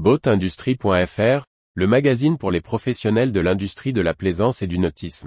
Boatindustrie.fr, le magazine pour les professionnels de l'industrie de la plaisance et du nautisme.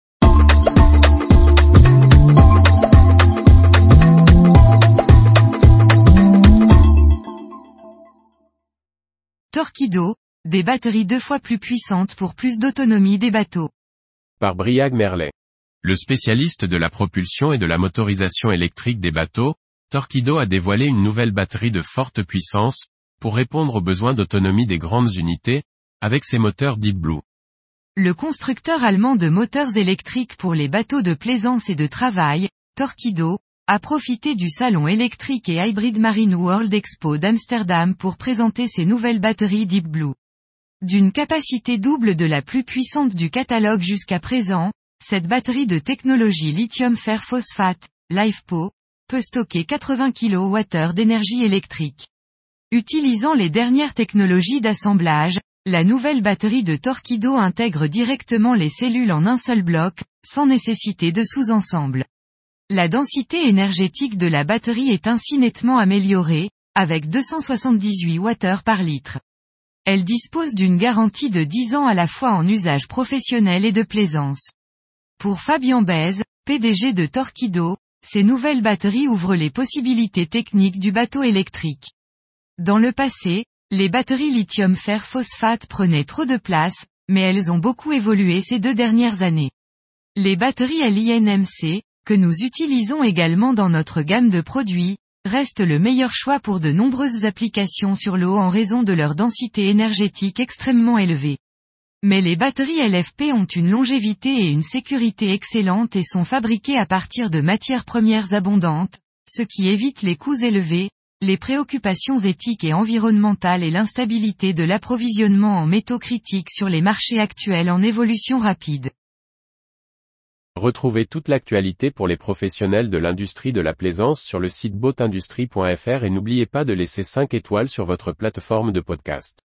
Torqeedo, des batteries 2 fois plus puissantes pour plus d'autonomie des bateaux. Par Briag Merlet. Le spécialiste de la propulsion et de la motorisation électrique des bateaux, Torqeedo a dévoilé une nouvelle batterie de forte puissance, pour répondre aux besoins d'autonomie des grandes unités, avec ses moteurs Deep Blue. Le constructeur allemand de moteurs électriques pour les bateaux de plaisance et de travail, Torqeedo, a profité du salon électrique et Hybrid Marine World Expo d'Amsterdam pour présenter ses nouvelles batteries Deep Blue. D'une capacité double de la plus puissante du catalogue jusqu'à présent, cette batterie de technologie lithium fer phosphate, LiFePO, peut stocker 80 kWh d'énergie électrique. Utilisant les dernières technologies d'assemblage, la nouvelle batterie de Torqeedo intègre directement les cellules en un seul bloc, sans nécessité de sous-ensemble. La densité énergétique de la batterie est ainsi nettement améliorée, avec 278 Wh par litre. Elle dispose d'une garantie de 10 ans à la fois en usage professionnel et de plaisance. Pour Fabien Bèze, PDG de Torqeedo, ces nouvelles batteries ouvrent les possibilités techniques du bateau électrique. Dans le passé, les batteries lithium fer phosphate prenaient trop de place, mais elles ont beaucoup évolué ces 2 dernières années. Les batteries LiNMC, que nous utilisons également dans notre gamme de produits, restent le meilleur choix pour de nombreuses applications sur l'eau en raison de leur densité énergétique extrêmement élevée. Mais les batteries LFP ont une longévité et une sécurité excellentes et sont fabriquées à partir de matières premières abondantes, ce qui évite les coûts élevés, les préoccupations éthiques et environnementales et l'instabilité de l'approvisionnement en métaux critiques sur les marchés actuels en évolution rapide. Retrouvez toute l'actualité pour les professionnels de l'industrie de la plaisance sur le site boatindustrie.fr et n'oubliez pas de laisser 5 étoiles sur votre plateforme de podcast.